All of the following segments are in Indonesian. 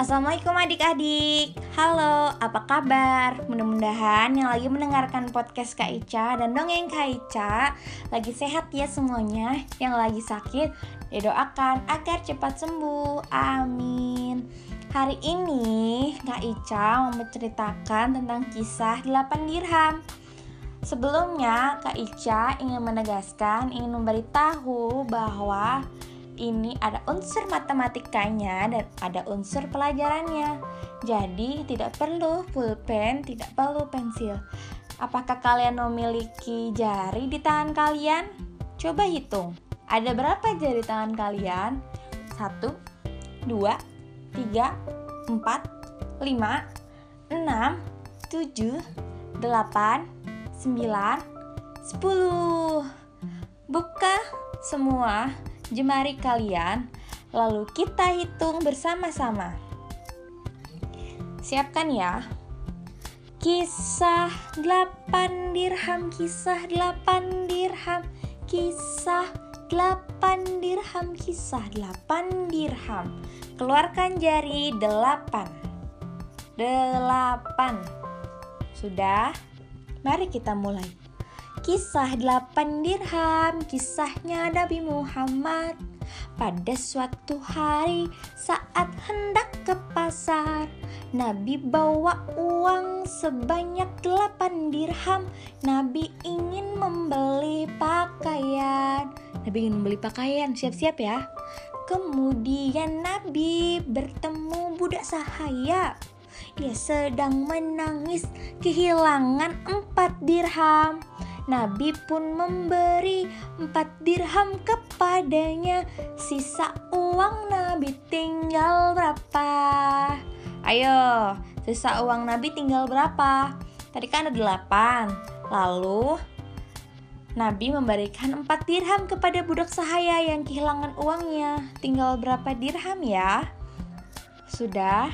Assalamualaikum adik-adik. Halo, apa kabar? Mudah-mudahan yang lagi mendengarkan podcast Kak Ica dan dongeng Kak Ica lagi sehat ya semuanya. Yang lagi sakit didoakan agar cepat sembuh. Amin. Hari ini Kak Ica mau menceritakan tentang kisah 8 dirham. Sebelumnya Kak Ica ingin memberitahu bahwa ini ada unsur matematikanya dan ada unsur pelajarannya. Jadi tidak perlu pulpen, tidak perlu pensil. Apakah kalian memiliki jari di tangan kalian? Coba hitung. Ada berapa jari tangan kalian? 1, 2, 3, 4, 5, 6, 7, 8, 9, 10. Buka semua jemari kalian, lalu kita hitung bersama-sama. Siapkan ya. Kisah 8 dirham, kisah 8 dirham, kisah 8 dirham, kisah 8 dirham. Keluarkan jari 8. Sudah? Mari kita mulai. Kisah 8 dirham, kisahnya Nabi Muhammad. Pada suatu hari saat hendak ke pasar, Nabi bawa uang sebanyak 8 dirham. Nabi ingin membeli pakaian. Siap-siap ya. Kemudian Nabi bertemu budak sahaya. Dia sedang menangis kehilangan 4 dirham. Nabi pun memberi 4 dirham kepadanya. Sisa uang Nabi tinggal berapa? Ayo, sisa uang Nabi tinggal berapa? Tadi kan ada 8. Lalu Nabi memberikan 4 dirham kepada budak sahaya yang kehilangan uangnya. Tinggal berapa dirham ya? Sudah?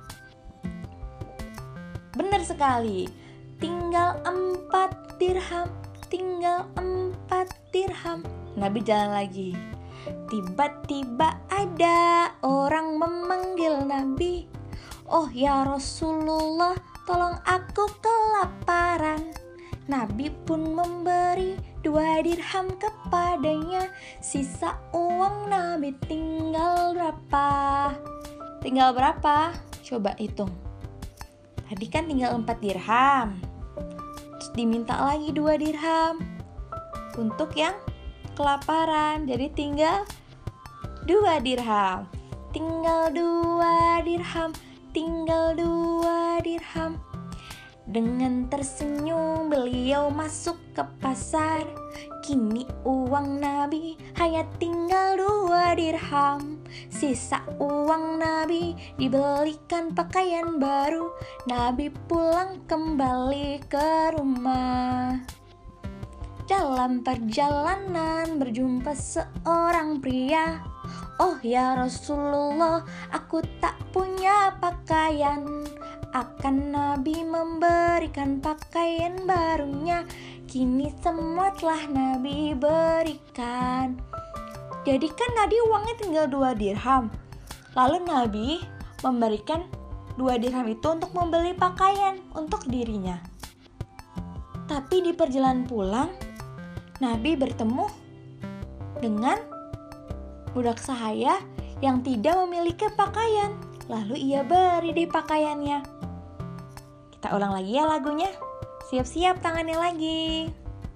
Benar sekali. Tinggal 4 dirham. Tinggal 4 dirham. Nabi jalan lagi. Tiba-tiba ada orang memanggil Nabi. Oh ya Rasulullah, tolong aku kelaparan. Nabi pun memberi 2 dirham kepadanya. Sisa uang Nabi tinggal berapa? Tinggal berapa? Coba hitung. Tadi kan tinggal 4 dirham. Terus diminta lagi 2 dirham untuk yang kelaparan. Jadi tinggal 2 dirham. Tinggal 2 dirham. Tinggal 2 dirham. Dengan tersenyum beliau masuk ke pasar. Kini uang Nabi hanya tinggal 2 dirham. Sisa uang Nabi dibelikan pakaian baru. Nabi pulang kembali ke rumah. Dalam perjalanan berjumpa seorang pria. Oh ya Rasulullah, aku tak punya pakaian. Akan Nabi memberikan pakaian barunya. Kini semua telah Nabi berikan. Jadi kan tadi uangnya tinggal 2 dirham. Lalu Nabi memberikan 2 dirham itu untuk membeli pakaian untuk dirinya. Tapi di perjalanan pulang, Nabi bertemu dengan budak sahaya yang tidak memiliki pakaian. Lalu ia beri di pakaiannya. Kita ulang lagi ya lagunya. Siap-siap tangannya lagi.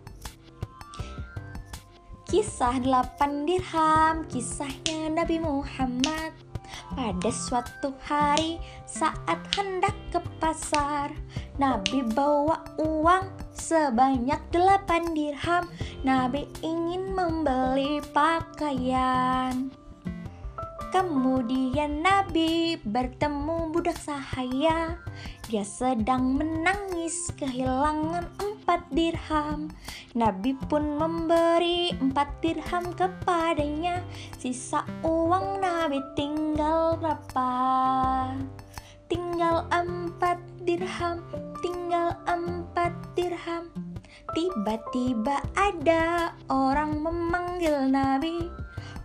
Kisah 8 dirham, kisahnya Nabi Muhammad. Pada suatu hari saat hendak ke pasar, Nabi bawa uang sebanyak 8 dirham. Nabi ingin membeli pakaian. Kemudian Nabi bertemu budak sahaya. Dia sedang menangis kehilangan 4 dirham. Nabi pun memberi 4 dirham kepadanya. Sisa uang Nabi tinggal berapa? Tinggal 4 dirham. Tinggal 4 dirham. Tiba-tiba ada orang memanggil Nabi.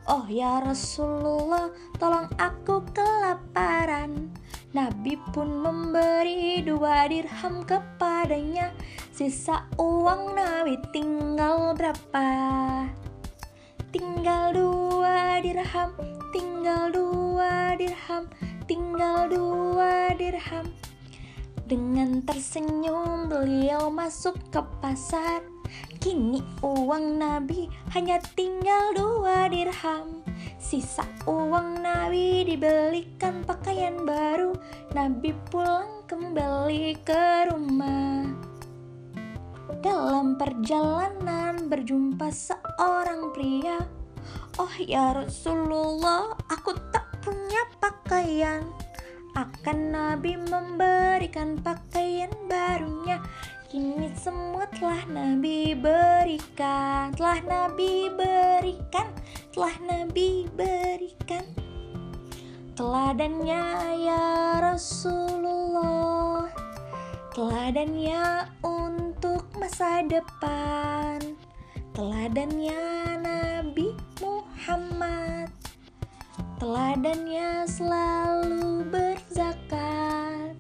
"Oh ya Rasulullah, tolong aku kelaparan." Nabi pun memberi 2 dirham kepadanya. Sisa uang Nabi tinggal berapa? Tinggal 2 dirham, tinggal 2 dirham, tinggal 2 dirham. Dengan tersenyum beliau masuk ke pasar. Kini uang Nabi hanya tinggal 2 dirham. Sisa uang Nabi dibelikan pakaian baru. Nabi pulang kembali ke rumah. Dalam perjalanan berjumpa seorang pria. "Oh ya Rasulullah, aku tak punya pakaian." Akan Nabi memberikan pakaian barunya. Kini semua telah Nabi berikan, telah Nabi berikan, telah Nabi berikan. Teladannya ya Rasulullah, teladannya untuk masa depan, teladannya Nabi Muhammad, teladannya selalu berzakat.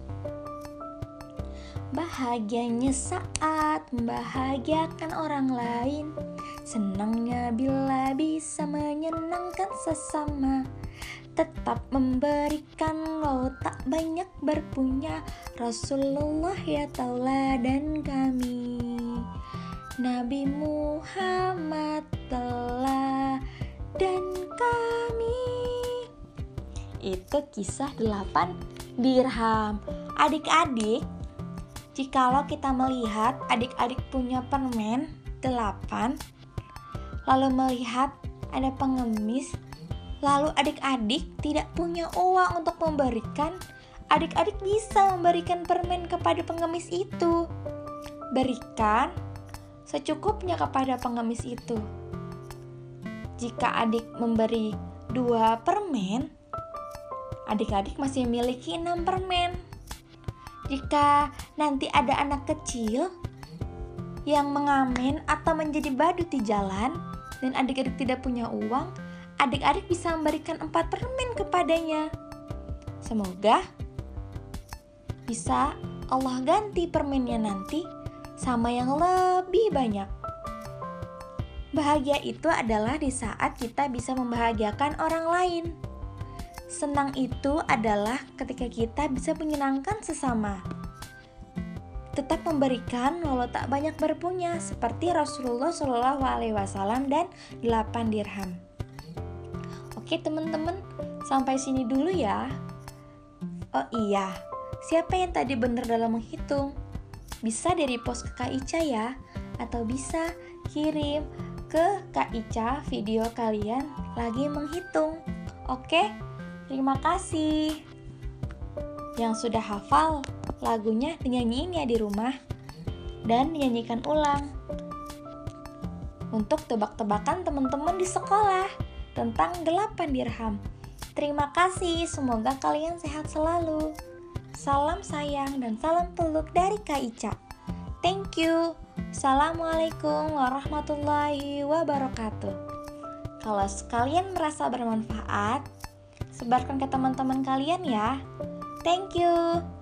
Bahagianya saat membahagiakan orang lain, senangnya bila bisa menyenangkan sesama. Tetap memberikan walau tak banyak berpunya. Rasulullah ya tauladan kami, Nabi Muhammad teladan kami. Itu kisah 8 dirham. Adik-adik, jikalau kita melihat adik-adik punya permen 8, lalu melihat ada pengemis, lalu adik-adik tidak punya uang untuk memberikan, adik-adik bisa memberikan permen kepada pengemis itu. Berikan secukupnya kepada pengemis itu. Jika adik memberi 2 permen, adik-adik masih memiliki 6 permen. Jika nanti ada anak kecil yang mengamen atau menjadi badut di jalan dan adik-adik tidak punya uang, adik-adik bisa memberikan 4 permen kepadanya. Semoga bisa Allah ganti permennya nanti sama yang lebih banyak. Bahagia itu adalah di saat kita bisa membahagiakan orang lain. Senang itu adalah ketika kita bisa menyenangkan sesama. Tetap memberikan walau tak banyak berpunya, seperti Rasulullah SAW dan 8 dirham. Oke teman-teman, sampai sini dulu ya. Oh iya, siapa yang tadi benar dalam menghitung? Bisa di-repost ke Kak Ica ya, atau bisa kirim ke Kak Ica video kalian lagi menghitung. Oke? Terima kasih. Yang sudah hafal, lagunya dinyanyiin ya di rumah dan dinyanyikan ulang untuk tebak-tebakan teman-teman di sekolah tentang 8 dirham. Terima kasih, semoga kalian sehat selalu. Salam sayang dan salam peluk dari Kak Ica. Thank you. Assalamualaikum warahmatullahi wabarakatuh. Kalau kalian merasa bermanfaat, sebarkan ke teman-teman kalian ya. Thank you.